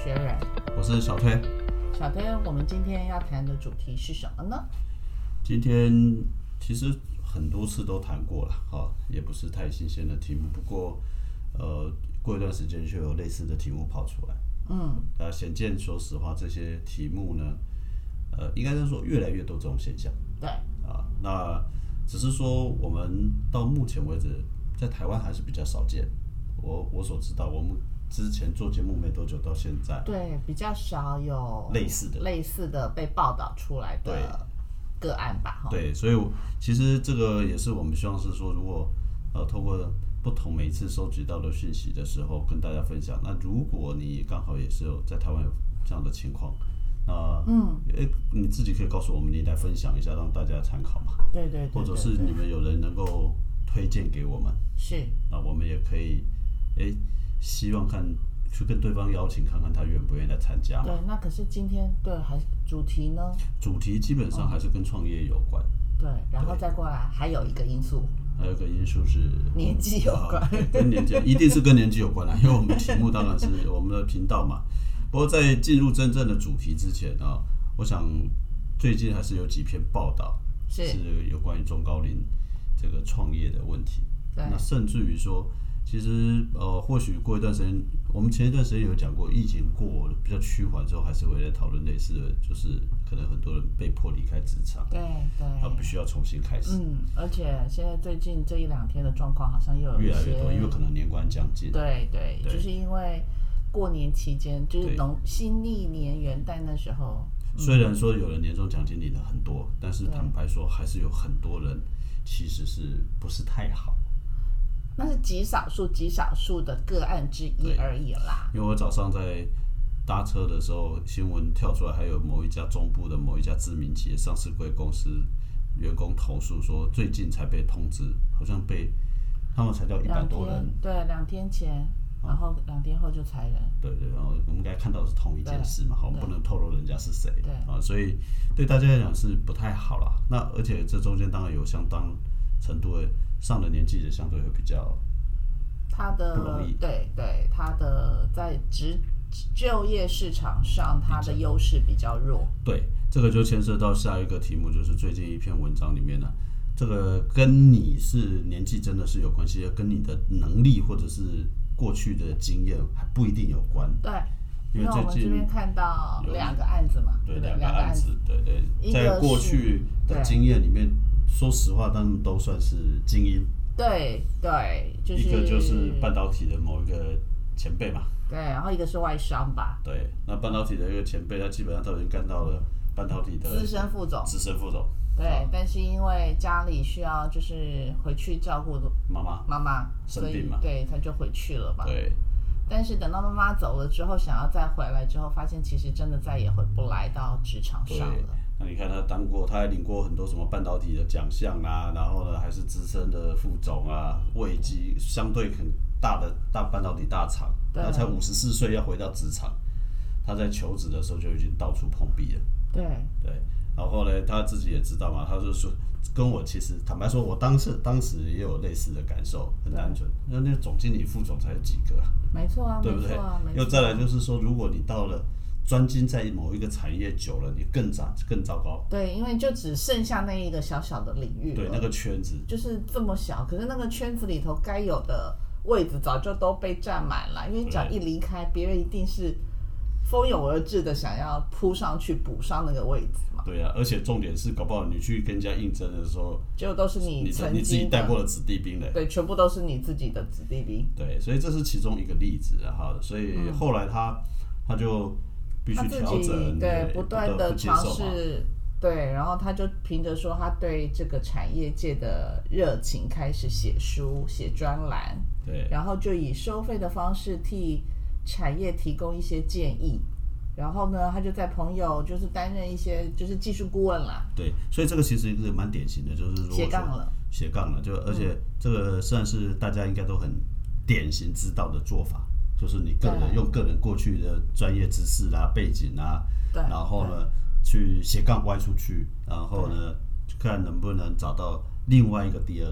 学人， 我是小推。 小推，我们今天要谈的主题是什么呢？ 今天其实很多次都谈过了，也不是太新鲜的题目。不过，过一段时间就有类似的题目跑出来。显见，说实话，这些题目呢，应该是说越来越多这种现象。 对。 那只是说我们到目前为止，在台湾还是比较少见。我所知道，我们之前做节目没多久到现在， 对，比较少有类似的被报道出来的个案吧。 对，所以其实这个也是我们希望是说，如果透过不同每一次收集到的讯息的时候，跟大家分享。那如果你刚好也是有在台湾有这样的情况，那你自己可以告诉我们，你来分享一下，让大家参考嘛。 对， 或者是你们有人能够推荐给我们， 是， 那我们也可以，希望去跟对方邀请，看看他愿不愿意来参加嘛。 对，那可是今天还主题呢？ 主题基本上还是跟创业有关。 对，然后再过来还有一个因素。 还有一个因素是年纪有关， 跟年纪一定是跟年纪有关啦，因为我们题目当然是我们的频道嘛。不过在进入真正的主题之前啊，我想最近还是有几篇报道是有关于中高龄这个创业的问题。那甚至于说，其实或许过一段时间，我们前一段时间有讲过，疫情过比较趋缓之后，还是会来讨论类似的，就是可能很多人被迫离开职场， 对， 必须要重新开始。 而且现在最近这一两天的状况好像又有越来越多，因为可能年关将近。 对，就是因为过年期间，就是新历年元旦那时候， 虽然说有人年终奖金领了很多，但是坦白说，还是有很多人其实是不是太好。 那是极少数的个案之一而已啦。 因为我早上在搭车的时候，新闻跳出来，还有某一家中部的某一家知名企业上市柜公司员工投诉说，最近才被通知，好像被他们裁掉100多人。 对，2天前，然后2天后就裁人。 对，然后我们应该看到的是同一件事嘛，我们不能透露人家是谁。 对所以对大家来讲是不太好啦。那而且这中间当然有相当程度的上了年纪的相对会比较不容易。 对，他的在就业市场上，他的优势比较弱。 对，这个就牵涉到下一个题目，就是最近一篇文章里面呢，这个跟你是年纪真的是有关系，跟你的能力或者是过去的经验还不一定有关。 对，因为我们这边看到2个案子嘛， 对，2个案子，对，在过去的经验里面，说实话，他们都算是精英。 对，就是一个就是半导体的某一个前辈嘛。 对，然后一个是外商吧。 对，那半导体的一个前辈，他基本上都已经干到了半导体的资深副总。 对， 但是因为家里需要就是回去照顾妈妈生病嘛， 对，他就回去了吧。 对。 但是等到妈妈走了之后，想要再回来之后，发现其实真的再也回不来到职场上了。 那你看他还领过很多什么半导体的奖项啊，然后呢还是资深的副总啊，位级相对很大的半导体大厂，他才54岁要回到职场，他在求职的时候就已经到处碰壁了。对，然后呢他自己也知道嘛，他就说跟我其实坦白说，我当时也有类似的感受，很单纯。那总经理、副总才有几个啊？ 没错啊， 对不对？又再来就是说，如果你到了专精在某一个产业久了，你更糟糕。 对，因为就只剩下那一个小小的领域了。 对，那个圈子就是这么小，可是那个圈子里头该有的位置早就都被占满了，因为只要一离开，别人一定是蜂拥而至的想要扑上去补上那个位置嘛。 对啊，而且重点是，搞不好你去跟人家应征的时候， 结果都是你自己带过的子弟兵嘞。 对，全部都是你自己的子弟兵。 对，所以这是其中一个例子啊。所以后来他就必须调整， 对，不断的尝试，对，然后他就凭着说他对这个产业界的热情，开始写书、写专栏， 对， 然后就以收费的方式替产业提供一些建议。然后呢，他就在朋友就是担任一些就是技术顾问啦。 对，所以这个其实是蛮典型的，就是说斜杠了，就而且这个算是大家应该都很典型知道的做法，就是你用个人过去的专业知识啊、背景啊，然后呢去斜杠歪出去，然后呢看能不能找到另外一个第二春。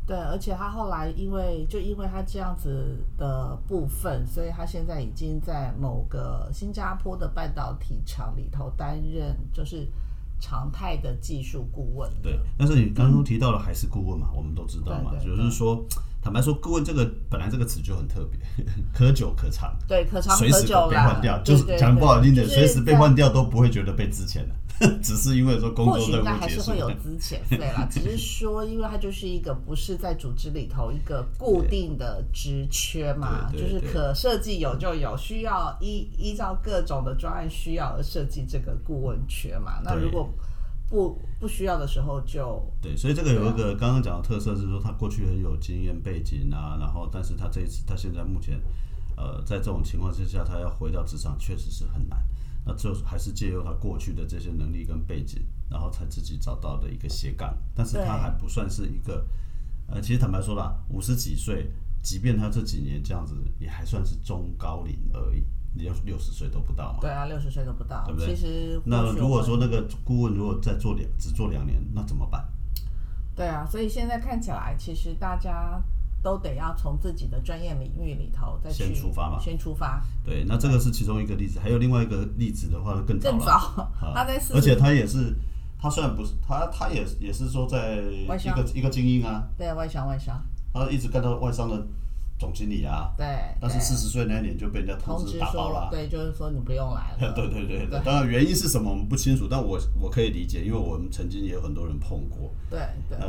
对，而且他后来因为他这样子的部分，所以他现在已经在某个新加坡的半导体厂里头担任就是常态的技术顾问。 对，但是你刚刚提到的还是顾问嘛，我们都知道嘛，就是说，坦白说，顾问本来这个词就很特别，可久可长， 对，可长随时可久被换掉，就是讲不好听点，随时被换掉都不会觉得被资遣了。只是因为说工作任务结束， 或许应该还是会有资遣费啦，只是说，因为它就是一个不是在组织里头一个固定的职缺嘛，就是可设计有就有，需要依照各种的专案需要而设计这个顾问缺嘛。那如果不需要的时候就对，所以这个有一个刚刚讲的特色是说，他过去很有经验背景啊，然后但是他现在目前在这种情况之下，他要回到职场确实是很难。那就还是借由他过去的这些能力跟背景，然后才自己找到的一个斜杠，但是他还不算是一个，其实坦白说啦，50几岁，即便他这几年这样子，也还算是中高龄而已，你要60岁都不到嘛。 对啊，60岁都不到， 对不对？ 其实那如果说那个顾问如果只做2年，那怎么办？ 对啊，所以现在看起来，其实大家都得要从自己的专业领域里头再去先出发嘛。 先出发。 对，那这个是其中一个例子，还有另外一个例子的话更早了。 更早，他在而且他也是，他虽然不是他也是说在一个精英啊。 对，外商。 他一直干到外商的总经理啊。 对。 但是40岁那一年就被人家通知打包了。 对，就是说你不用来了。 对。当然原因是什么我们不清楚，但我可以理解，因为我们曾经也有很多人碰过。 对。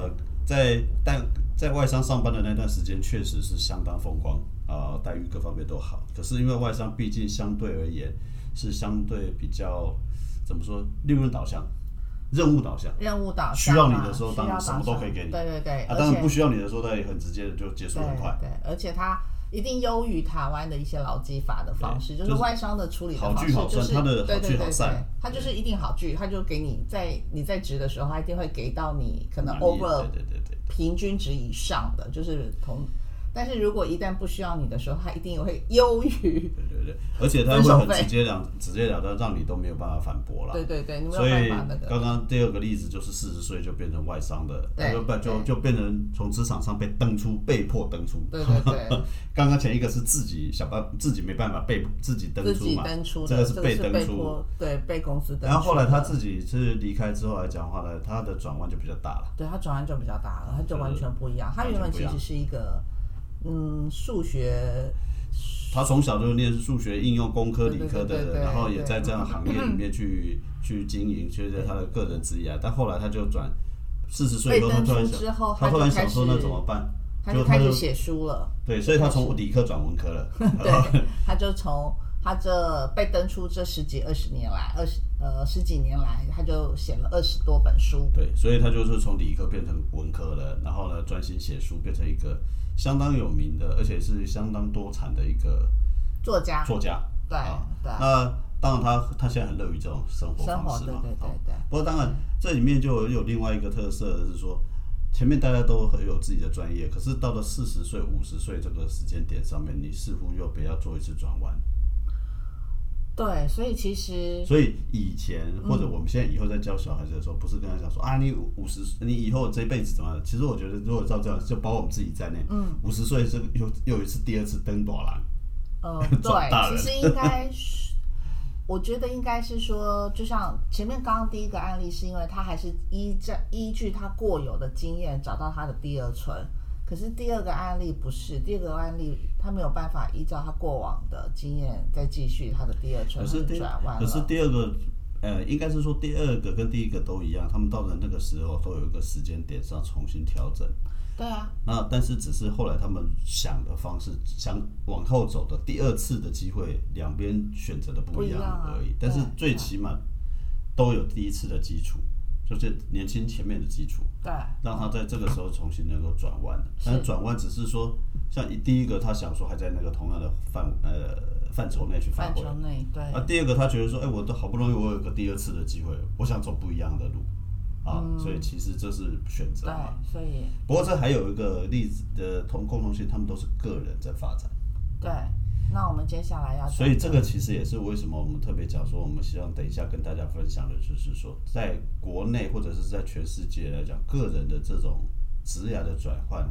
在外商上班的那段时间，确实是相当风光待遇各方面都好。可是因为外商毕竟相对而言是相对比较怎么说，利润导向、任务导向，需要你的时候当然什么都可以给你。 对。 当然不需要你的时候，他也很直接的就结束很快。 对，而且他一定优于台湾的一些劳基法的方式，就是外商的处理的方式，就是他的好聚好散， 他就是一定好聚，他就给你你在职的时候，他一定会给到你可能 over 平均值以上的，就是但是如果一旦不需要你的时候，他一定会优于。 对，而且他会很直截了当，让你都没有办法反驳了。 对，你没有办法那个。 所以刚刚第二个例子就是40岁就变成外商的，就变成从职场上被迫登出。 对。 刚刚前一个是自己没办法自己登出嘛，这个是被登出， 对，被公司登出。 然后后来他自己是离开之后来讲话呢，他的转弯就比较大了。 对，他转弯就比较大了，他就完全不一样。他原本其实是一个数学。 他从小就念数学、应用工科、理科的，然后也在这样行业里面去经营，觉得他的个人职业。但后来他就40岁以后，他突然想说，那怎么办？ 他就开始写书了。 对，所以他从理科转文科了。 对，他这被登出这十几年来，他就写了20多本书。 对，所以他就是从理科变成文科了，然后呢专心写书，变成一个相当有名的，而且是相当多产的一个作家。 对。 那当然他现在很乐于这种生活方式嘛。 对。 不过当然这里面就有另外一个特色是说，前面大家都很有自己的专业，可是到了40岁、50岁这个时间点上面，你似乎又不要做一次转弯。 对，所以以前或者我们现在以后在教小孩子的时候，不是跟他讲说你以后这辈子怎么样？其实我觉得，如果照这样，就包括我们自己在内，50岁是又一次第二次登大人。 对，其实应该我觉得应该是说，就像前面刚刚第一个案例，是因为他还是依据他过有的经验找到他的第二春。可是第二个案例不是，第二个案例他没有办法依照他过往的经验再继续他的第二春转弯了。 可是第二个，应该是说第二个跟第一个都一样，他们到了那个时候都有一个时间点上重新调整。 对啊。 那但是只是后来他们想的方式，想往后走的第二次的机会，两边选择的不一样而已。但是最起码都有第一次的基础。就是年轻前面的基础， 对， 让他在这个时候重新能够转弯。但是转弯只是说，像第一个他想说还在那个同样的范畴内去发挥。 对。 第二个他觉得说，我都好不容易我有个第二次的机会，我想走不一样的路所以其实这是选择嘛。 对，所以。 不过这还有一个例子的共同性，他们都是个人在发展。 对。那我们接下来所以这个其实也是为什么我们特别讲说，我们希望等一下跟大家分享的，就是说，在国内或者是在全世界来讲，个人的这种职业的转换，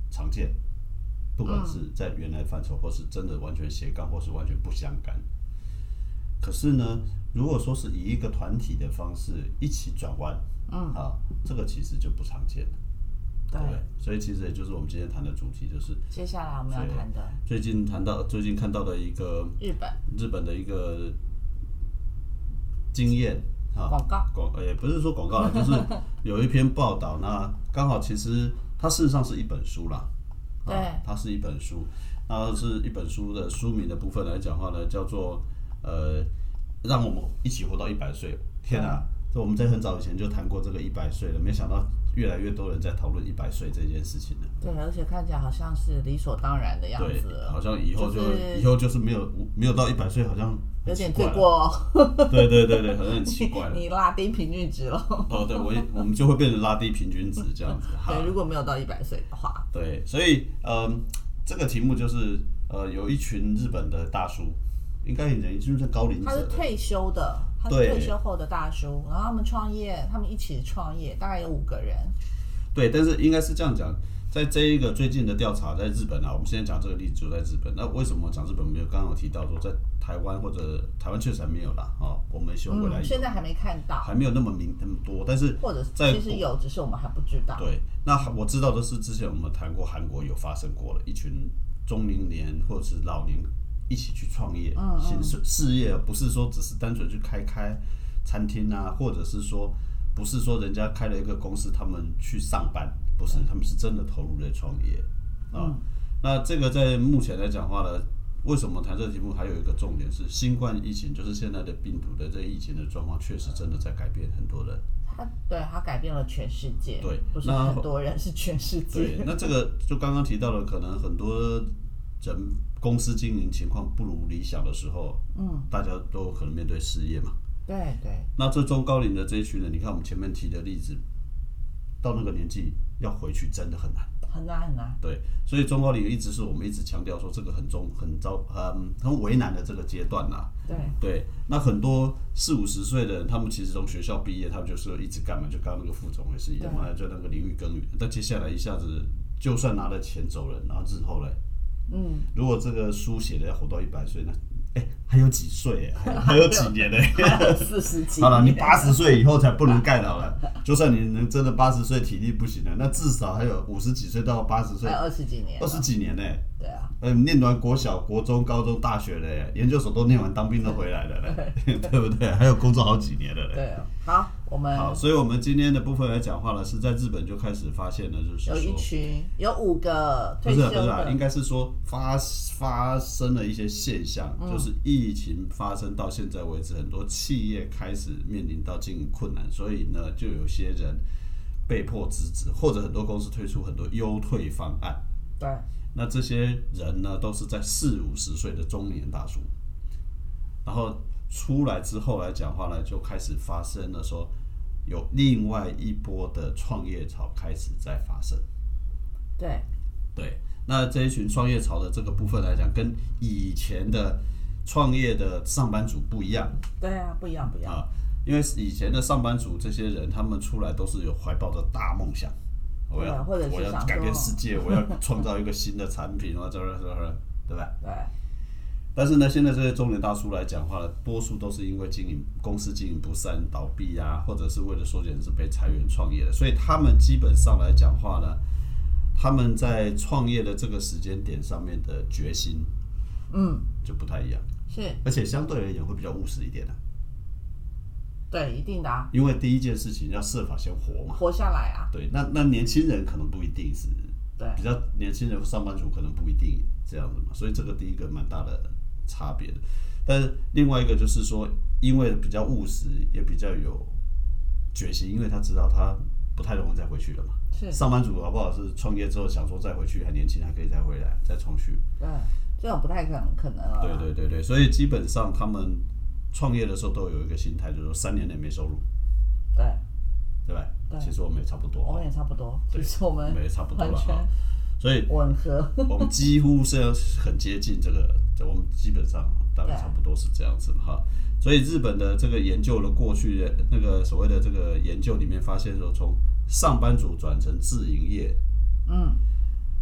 常见，不管是在原来范畴，或是真的完全斜杠，或是完全不相干。可是呢，如果说是以一个团体的方式一起转弯，这个其实就不常见了。对，所以其实也就是我们今天谈的主题，就是接下来我们要谈的最近看到的一个日本的一个经验广告， 也不是说广告，就是有一篇报道，那刚好其实它事实上是一本书啦， 对， 它是一本书，那是一本书的书名的部分来讲话呢，叫做让我们一起活到100岁。天啊！我们在很早以前就谈过这个100岁了，没想到越来越多人在讨论100岁这件事情了。 对，而且看起来好像是理所当然的样子了。 对，好像以后就是没有到100岁，好像有点罪过。 对，好像很奇怪了。 你拉低平均值了。 对，我们就会变成拉低平均值这样子。 对，如果没有到100岁的话。 对，所以这个题目就是有一群日本的大叔，应该已经是高龄者， 他是退休的。他是退休后的大叔，然后他们创业，他们一起创业，大概有5个人。 对，但是应该是这样讲，在这一个最近的调查，在日本啊，我们现在讲这个例子就在日本。那为什么讲日本没有？刚刚有提到说，在台湾或者台湾确实还没有啦，我们希望未来有， 现在还没看到， 还没有那么多，但是或者其实有，只是我们还不知道。 对，那我知道的是，之前我们谈过韩国有发生过了，一群中龄年或者是老年一起去创业，事业不是说只是单纯去开餐厅啊，或者是说不是说人家开了一个公司，他们去上班，不是，他们是真的投入在创业啊。那这个在目前来讲话呢，为什么谈这个题目？还有一个重点是新冠疫情，就是现在的病毒的这个疫情的状况，确实真的在改变很多人。 它改变了全世界， 对， 不是很多人，是全世界。 对，那这个就刚刚提到了，可能很多人公司经营情况不如理想的时候，大家都有可能面对失业嘛。 对。 那这中高龄的这一群人，你看我们前面提的例子，到那个年纪要回去真的很难。 很难。 对，所以中高龄一直是我们一直强调说这个很为难的这个阶段啦。对，那很多40-50岁的人，他们其实从学校毕业，他们就是一直干嘛？就刚刚那个副总也是一样嘛，就那个领域耕耘。但接下来一下子，就算拿了钱走了，然后日后嘞，如果这个书写的要活到100岁呢？还有几岁？还有几年呢？ 还有40几年。 好了，你80岁以后才不能盖牢了。就算你能真的80岁体力不行了，那至少还有50几岁到80岁， 还有20几年。 20几年呢？ 对啊。 念完国小、国中、高中、大学嘞，研究所都念完，当兵都回来了嘞，对不对？还有工作好几年了嘞。 对，好，好， 所以我们今天的部分来讲话呢，是在日本就开始发现了，就是说有一群有5个退休的， 不是应该是说发生了一些现象，就是疫情发生到现在为止，很多企业开始面临到经营困难，所以呢，就有些人被迫辞职，或者很多公司推出很多优退方案。 对。 那这些人呢，都是在40-50岁的中年大叔，然后出来之后来讲话呢，就开始发生了说，有另外一波的创业潮开始在发生。对，那这一群创业潮的这个部分来讲，跟以前的创业的上班族不一样。 对啊，不一样啊， 因为以前的上班族这些人，他们出来都是有怀抱着大梦想。我要改变世界，我要创造一个新的产品，对吧？ 对。 但是呢，现在这些中年大叔来讲话呢，多数都是因为公司经营不善倒闭啊，或者是为了缩减是被裁员创业的，所以他们基本上来讲话呢，他们在创业的这个时间点上面的决心，就不太一样。 是。 而且相对而言会比较务实一点的。 对，一定的啊。 因为第一件事情要设法先活嘛， 活下来啊。 对，那年轻人可能不一定是， 对， 比较年轻人上班族可能不一定这样子嘛，所以这个第一个蛮大的差别的。但是另外一个就是说，因为比较务实，也比较有决心，因为他知道他不太容易再回去了嘛。 是。 上班族好不好是创业之后想说再回去，还年轻还可以再回来再重续。 对，这种不太可能了。 对，所以基本上他们创业的时候都有一个心态，就是说3年内没收入。对吧？其实我们也差不多。 我们也差不多。其实我们也差不多了哈。所以吻合。 我们几乎是很接近这个，我们基本上大概差不多是这样子哈。所以日本的这个研究了过去的那个所谓的这个研究里面发现说，从上班族转成自营业，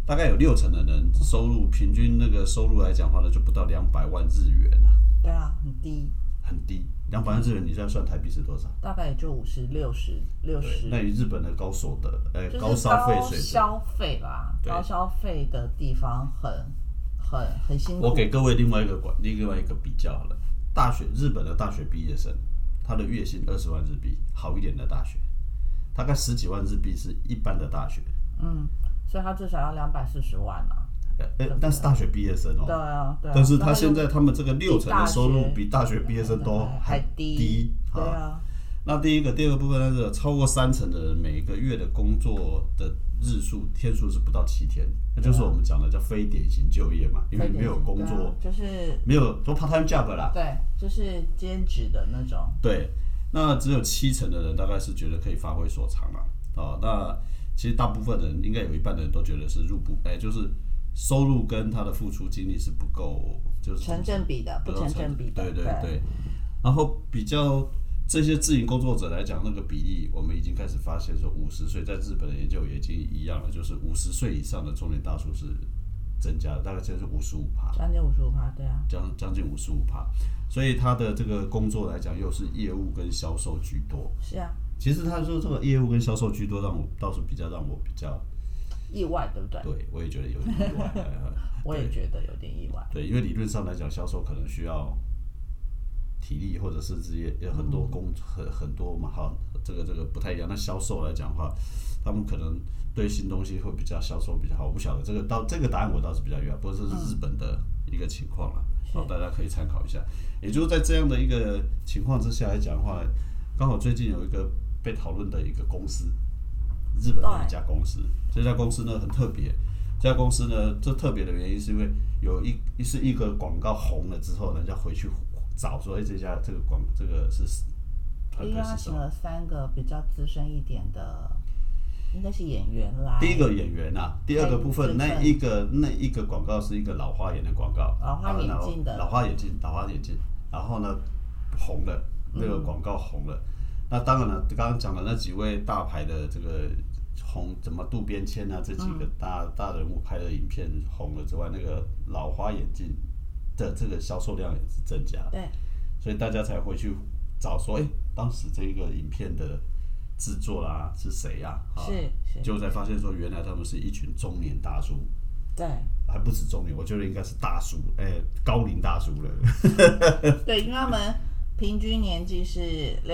大概有60%的人收入平均那个收入来讲的话呢，就不到200万日元啊。 对啊，很低。 很低，200万日元，你现在算台币是多少？ 大概也就50、60。 那以日本的高所得， 就是高消费水准， 消费啦，高消费的地方很辛苦。 我给各位另外一个比较好了，日本的大学毕业生，他的月薪20万日币，好一点的大学，大概10几万日币是一般的大学。 所以他至少要240万啊。 但是大学毕业生哦， 对啊。 但是他现在他们这个60%的收入比大学毕业生都还低。 对啊。 那第二个部分，那是超过30%的人每个月的工作的天数是不到7天，那就是我们讲的叫非典型就业嘛，因为没有工作， 就是没有做 part time job 啦。 对，就是兼职的那种。 对，那只有70%的人大概是觉得可以发挥所长嘛。那其实大部分人应该有一半的人都觉得是就是收入跟他的付出精力是不够，就是成正比的，不成正比的。 对。然后比较这些自营工作者来讲，那个比例我们已经开始发现说，50岁在日本的研究也已经一样了，就是50岁以上的中年大叔是增加的，大概就是55%， 将近55%，对啊， 将近55%。所以他的这个工作来讲，又是业务跟销售居多。 是啊。 其实他说这个业务跟销售居多，倒是让我比较意外，对不对？ 对，我也觉得有点意外。 我也觉得有点意外。 对，因为理论上来讲，销售可能需要体力，或者甚至也有很多很多嘛，这个不太一样。那销售来讲的话，他们可能对新东西会比较销售比较好。我不晓得这个答案我倒是比较意外，不过这是日本的一个情况了，大家可以参考一下。也就是在这样的一个情况之下来讲的话，刚好最近有一个被讨论的一个公司。日本的一家公司，这家公司呢很特别。这家公司呢，这特别的原因是因为是一个广告红了之后，人家回去找说，这个是团队是什么？ 请了3个比较资深一点的，应该是演员啦。 第一个演员啊，第二个部分那一个广告是一个老花眼的广告， 老花眼镜的， 老花眼镜，然后呢红了，那个广告红了。那当然了，刚刚讲的那几位大牌的这个怎么渡边谦啊，这几个大人物拍的影片红了之外，那个老花眼镜的这个销售量也是增加， 对， 所以大家才会去找说，当时这个影片的制作啦是谁呀？ 是， 结果才发现说，原来他们是一群中年大叔， 对， 还不止中年，我觉得应该是大叔，高龄大叔了。 对，因为他们平均年纪是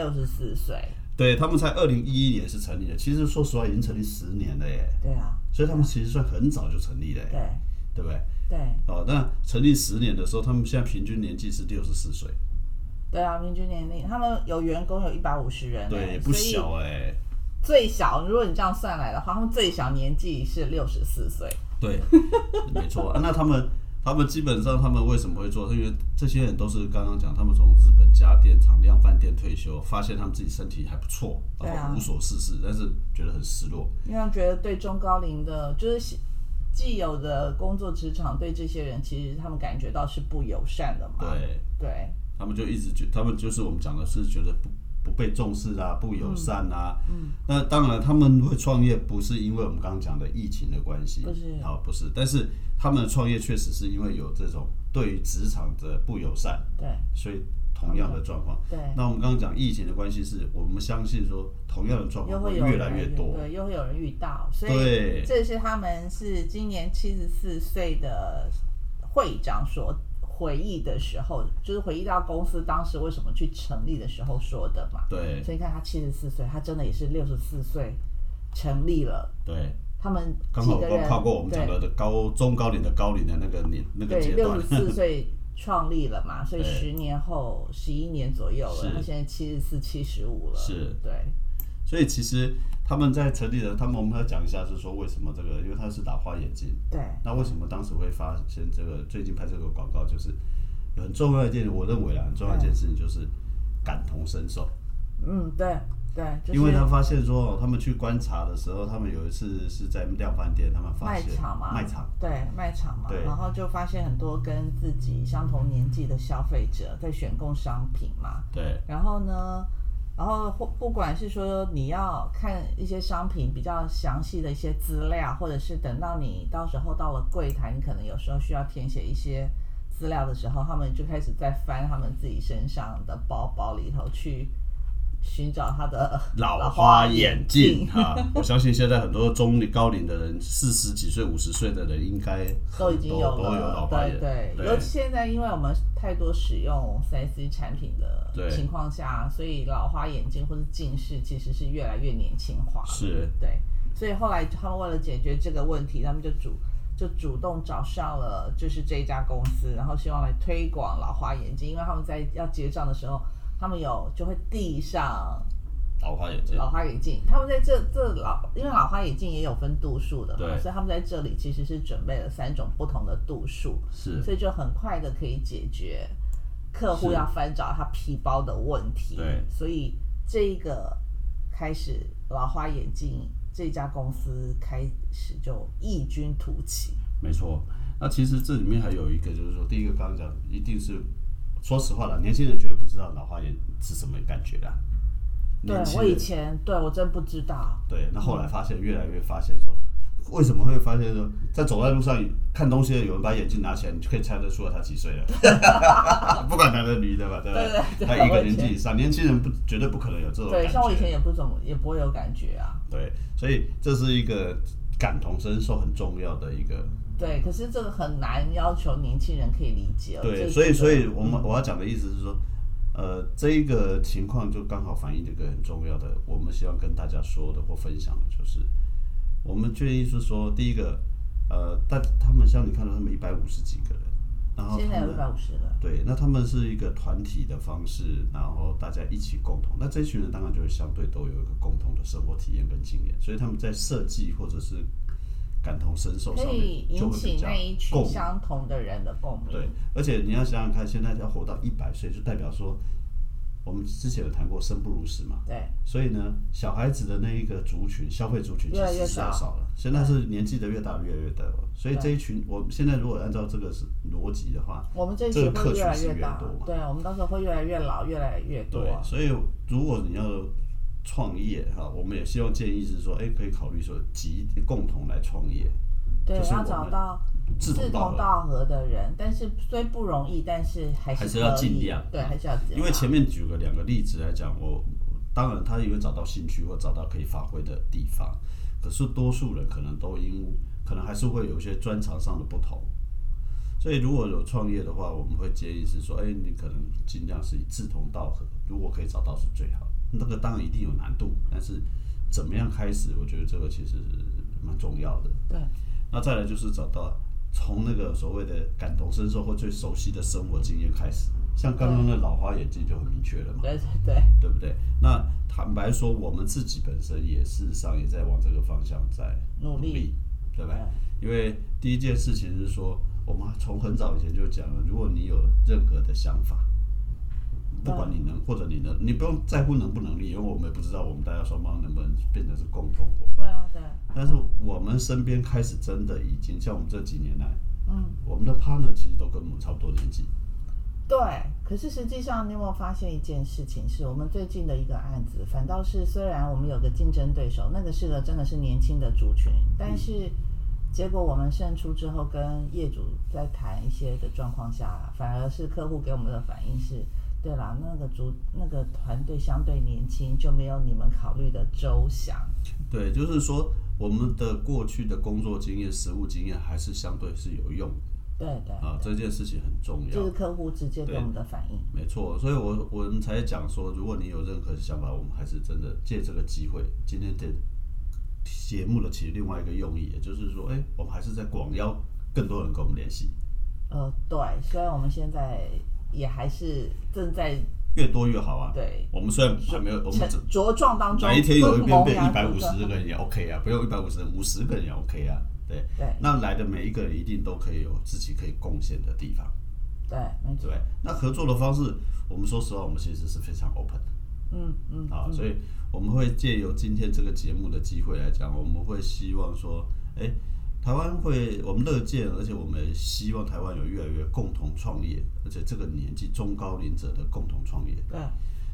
64岁。 对，他们才2011年是成立的，其实说实话已经成立10年了耶。 对啊。 所以他们其实算很早就成立了耶。对不对？ 对。 那成立10年的时候，他们现在平均年纪是64岁。 对啊，平均年龄，他们有员工有150人。 对，也不小哎。 最小，如果你这样算来的话，他们最小年纪是64岁。 对，没错。那他们基本上，他们为什么会做？因为这些人都是刚刚讲，他们从日本家电厂量贩店退休，发现他们自己身体还不错，然后无所事事，但是觉得很失落。 因为他们觉得对中高龄的，就是既有的工作职场，对这些人其实他们感觉到是不友善的嘛。对。 他们就一直他们就是我们讲的是觉得不被重视啊，不友善啊。那当然他们会创业，不是因为我们刚刚讲的疫情的关系，不是，但是他们的创业确实是因为有这种对于职场的不友善， 对， 所以同样的状况。 对。 那我们刚刚讲疫情的关系，是我们相信说同样的状况会越来越多， 对，又会有人遇到，所以这是他们是今年74岁的会长所回忆的时候，就是回忆到公司当时为什么去成立的时候说的嘛。 对。 所以你看他74岁，他真的也是64岁成立了。 对。 他们刚好都跨过我们讲的中高龄的那个阶段。 对，64岁创立了嘛，所以10年后11年左右了，他现在74、75了。 是。 对。 所以其实他们在成立的，我们要讲一下是说为什么这个，因为他是老花眼镜。 对。 那为什么当时会发现这个最近拍这个广告，就是有很重要的一件，我认为很重要的一件事情就是感同身受。 对。就是、 因为他发现说，他们去观察的时候，他们有一次是在量贩店，他们发现卖场嘛，然后就发现很多跟自己相同年纪的消费者在选购商品嘛。 对。 然后呢， 然后不管是说你要看一些商品比较详细的一些资料，或者是等到你到时候到了柜台，你可能有时候需要填写一些资料的时候，他们就开始在翻他们自己身上的包包里头去寻找他的老花眼镜哈。我相信现在很多中高龄的人，40几岁、50岁的人应该都已经有了， 都有老花眼。 对，尤其现在因为我们太多使用 4C 产品的情况下，所以老花眼镜或是近视其实是越来越年轻化。 是， 对，所以后来他们为了解决这个问题，他们就主动找上了就是这一家公司，然后希望来推广老花眼镜，因为他们在要结账的时候，他们就会递上老花眼镜。 他们在因为老花眼镜也有分度数的嘛，所以他们在这里其实是准备了3种不同的度数，所以就很快的可以解决客户要翻找他皮包的问题。 对， 所以这个开始老花眼镜这家公司开始就异军突起。 没错，那其实这里面还有一个就是说，第一个刚刚讲，一定是说实话啦，年轻人绝对不知道老花眼是什么感觉啦。 对，我以前我真不知道。对， 那后来发现越来越发现说，为什么会发现说，在走在路上看东西的有人把眼镜拿起来，你就可以猜得出来他几岁了。不管男的女的吧，对不对？他一个年纪以上，年轻人绝对不可能有这种感觉。 对，像我以前也不会有感觉啊。 对，所以这是一个感同身受很重要的一个。 对，可是这个很难要求年轻人可以理解。 对，所以我要讲的意思是说，这一个情况就刚好反映这个很重要的，我们希望跟大家说的或分享的就是，我们建议是说，第一个，但他们像你看到他们150几个人，然后现在有150了。 对，那他们是一个团体的方式，然后大家一起共同，那这群人当然就会相对都有一个共同的生活体验跟经验，所以他们在设计或者是感同身受上面就会比较可以引起那一群相同的人的共鸣。 对，而且你要想想看，现在要活到100岁，就代表说，我们之前有谈过生不如死嘛。 对。 所以呢，小孩子的那一个族群，消费族群其实是少了。现在是年纪的越大越来越大，所以这一群，我们现在如果按照这个逻辑的话， 我们这一群会越来越大。对，我们到时候会越来越老，越来越多。 对，所以如果你要创业哈，我们也希望建议是说，可以考虑说共同来创业。 对，要找到志同道合的人，但是虽不容易，但是还是要尽量。 对，还是要尽量。 因为前面举了2个例子来讲，当然他也会找到兴趣或找到可以发挥的地方，可是多数人可能可能还是会有一些专长上的不同。所以如果有创业的话，我们会建议是说，你可能尽量是以志同道合，如果可以找到是最好。那个当然一定有难度，但是怎么样开始，我觉得这个其实蛮重要的。 对。 那再来就是找到从那个所谓的感同身受或最熟悉的生活经验开始，像刚刚的老花眼镜就很明确了嘛。对不对？那坦白说，我们自己本身也事实上也在往这个方向在努力，对不对？因为第一件事情是说，我们从很早以前就讲了，如果你有任何的想法，不管你能或者你能，你不用在乎能不能力，因为我们也不知道我们大家双方能不能变成是共同伙伴。 对。 但是我们身边开始真的已经像我们这几年来，我们的 partner 其实都跟我们差不多年纪。 对，可是实际上你有没有发现一件事情，是我们最近的一个案子，反倒是虽然我们有个竞争对手，那个是个真的是年轻的族群，但是结果我们胜出之后，跟业主在谈一些的状况下，反而是客户给我们的反应是，对啦，那个团队相对年轻，就没有你们考虑的周详。 对，就是说我们的过去的工作经验、实务经验还是相对是有用的。 对。 这件事情很重要。 这是客户直接给我们的反应。 没错，所以我们才讲说，如果你有任何想法，我们还是真的借这个机会，今天的节目的其实另外一个用意，也就是说，我们还是在广邀更多人跟我们联系。 对，虽然我们现在也还是正在。 越多越好啊！ 对， 我们虽然还没有，我们茁壮当中， 哪一天有一边变150个人也 OK 啊，不用150人，50个人也 OK 啊。对，那来的每一个人一定都可以有自己可以贡献的地方。 对，没错。 对，那合作的方式，我们说实话，我们其实是非常 open 的。所以我们会借由今天这个节目的机会来讲，我们会希望说，台湾我们乐见，而且我们也希望台湾有越来越共同创业，而且这个年纪中高龄者的共同创业。 对。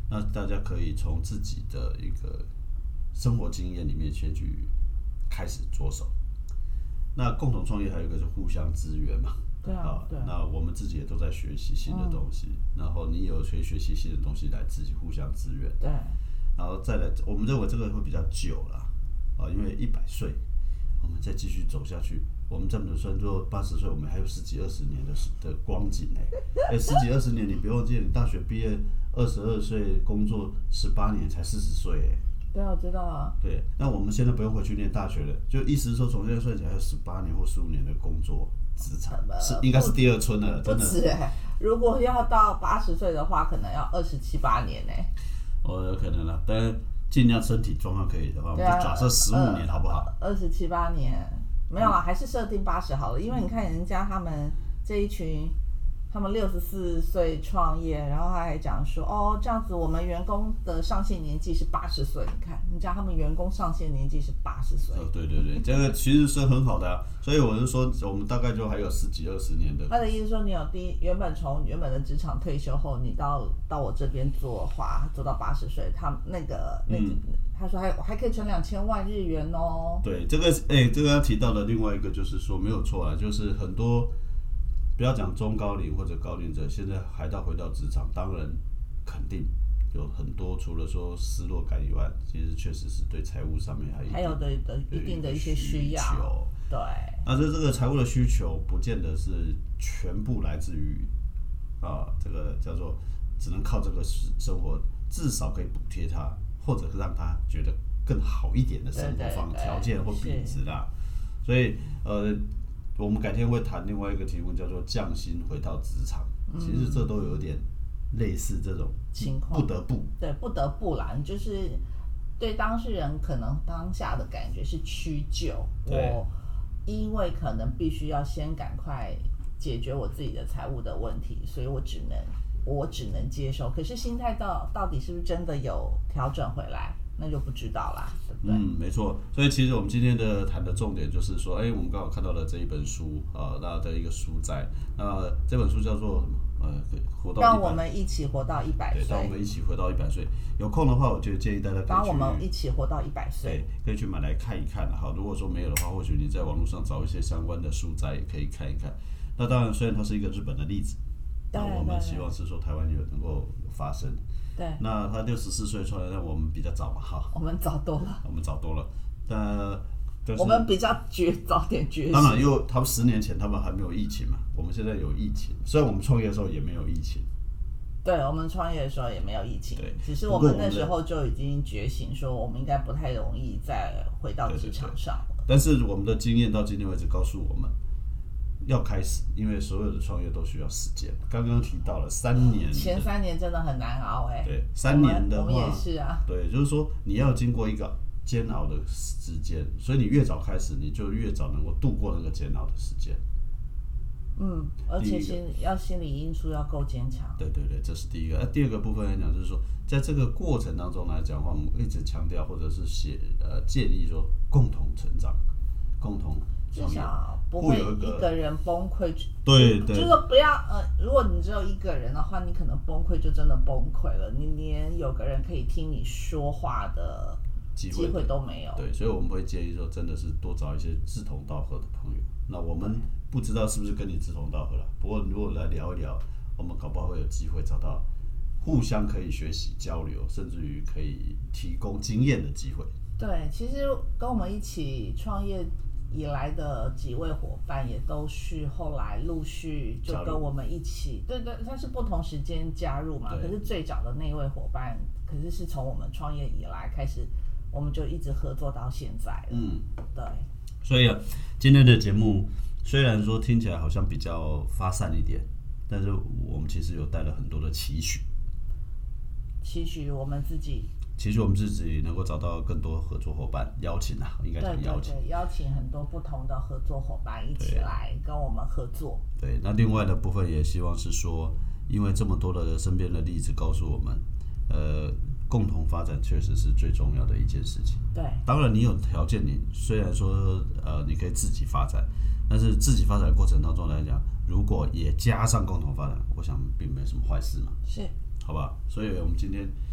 那大家可以从自己的一个生活经验里面先去开始着手。那共同创业还有一个是互相支援嘛。 对啊，对啊。 那我们自己也都在学习新的东西，然后你有学习新的东西来自己互相支援。 对。 然后再来，我们认为这个会比较久啦，因为100岁，我们再继续走下去，我们这么算做80岁，我们还有10几20年的光景10几20年，你不要忘记，你大学毕业22岁，工作18年才40岁对啊，我知道啊。 对，那我们现在不用回去念大学了，就意思是说，从现在算起来，还有18年或15年的工作职场，应该是第二春了，真的。 不止如果要到80岁的话，可能要27、8年有可能啦，但尽量身体状况可以的话，我们就假设15年好不好 ？27、8年没有啦，还是设定80好了，因为你看人家他们这一群。他们64岁创业，然后他还讲说，这样子我们员工的上限年纪是80岁。你看，人家他们员工上限年纪是80岁。 对，这个其实是很好的啊。所以我就说，我们大概就还有10几20年的。 他的意思说，你有从原本的职场退休后，你到我这边做的话，做到80岁，他他说还可以存2000万日元哦。 对，这个要提到的另外一个就是说，没有错啊，就是很多。不要讲中高龄或者高龄者，现在回到职场，当然肯定有很多，除了说失落感以外，其实确实是对财务上面还有一定的一些需要。对。 那这个财务的需求，不见得是全部来自于这个叫做只能靠这个生活，至少可以补贴他，或者是让他觉得更好一点的生活条件或品质啦。所以我们改天会谈另外一个题目，叫做降薪回到职场。其实这都有点类似这种情况，不得不啦，就是对当事人可能当下的感觉是屈就，我因为可能必须要先赶快解决我自己的财务的问题，所以我只能接受。可是心态到底是不是真的有调整回来？那就不知道啦，对不对？ 没错。所以其实我们今天谈的重点就是说，我们刚好看到了这一本书那的一个书摘。那这本书叫做活到100， 让我们一起活到100岁。 对，让我们一起活到100岁。有空的话，我就建议大家可以去。 让我们一起活到100岁。 对，可以去买来看一看。好，如果说没有的话，或许你在网络上找一些相关的书摘也可以看一看。那当然，虽然它是一个日本的例子，那我们希望是说台湾也能够发生。 对， 那他64岁出来，那我们比较早嘛，哈。 我们早多了。 但我们比较早点觉醒。 当然，因为他们10年前他们还没有疫情嘛，我们现在有疫情。虽然我们创业的时候也没有疫情。 对，我们创业的时候也没有疫情。对，只是我们那时候就已经觉醒，说我们应该不太容易再回到职场上了。 但是我们的经验到今天为止告诉我们。要开始，因为所有的创业都需要时间。刚刚提到了3年， 前3年真的很难熬对，3年的话， 我们也是啊。 对，就是说你要经过一个煎熬的时间，所以你越早开始，你就越早能够度过那个煎熬的时间。 而且心理因素要够坚强。 对，这是第一个。第二个部分来讲，就是说，在这个过程当中来讲的话，我们一直强调或者是建议说，共同成长，共同。 至少不会一个人崩溃。 对， 就是不要如果你只有一个人的话，你可能崩溃就真的崩溃了，你连有个人可以听你说话的机会都没有。 对，所以我们会建议说，真的是多找一些志同道合的朋友。那我们不知道是不是跟你志同道合了，不过如果来聊一聊，我们搞不好会有机会找到互相可以学习交流，甚至于可以提供经验的机会。 对，其实跟我们一起创业以来的几位伙伴也都是后来陆续就跟我们一起，对，他是不同时间加入嘛，可是最早的那位伙伴，可是从我们创业以来开始，我们就一直合作到现在了。对。 所以今天的节目虽然说听起来好像比较发散一点，但是我们其实有带了很多的期许我们自己。 其实我们自己能够找到更多合作伙伴，应该讲邀请。 对，邀请很多不同的合作伙伴一起来跟我们合作。 对，那另外的部分也希望是说，因为这么多的身边的例子告诉我们，共同发展确实是最重要的一件事情。 对， 当然你有条件，你虽然说你可以自己发展，但是自己发展的过程当中来讲，如果也加上共同发展，我想并没有什么坏事嘛。 是， 好吧？所以我们今天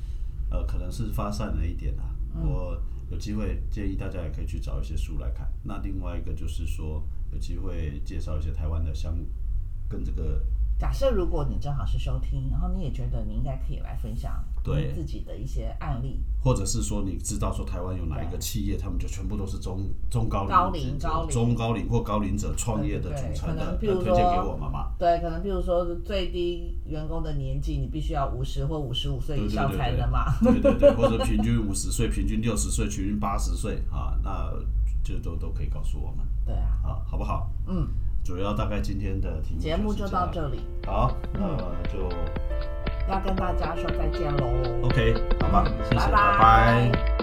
可能是发散了一点啊。我有机会建议大家也可以去找一些书来看。那另外一个就是说，有机会介绍一些台湾的跟这个。 假设如果你正好是收听，然后你也觉得你应该可以来分享你自己的一些案例， 或者是说你知道说台湾有哪一个企业，他们就全部都是中高龄或高龄者创业的组成的，推荐给我们嘛？ 对，可能譬如说最低员工的年纪，你必须要50或55岁以上才能嘛？ 对，或者平均50岁、平均60岁、平均80岁啊，那就都可以告诉我们。 对啊， 好不好？主要大概今天的题目节目就到这里。 好，那就要跟大家说再见喽。 OK， 好吧，谢谢，拜拜。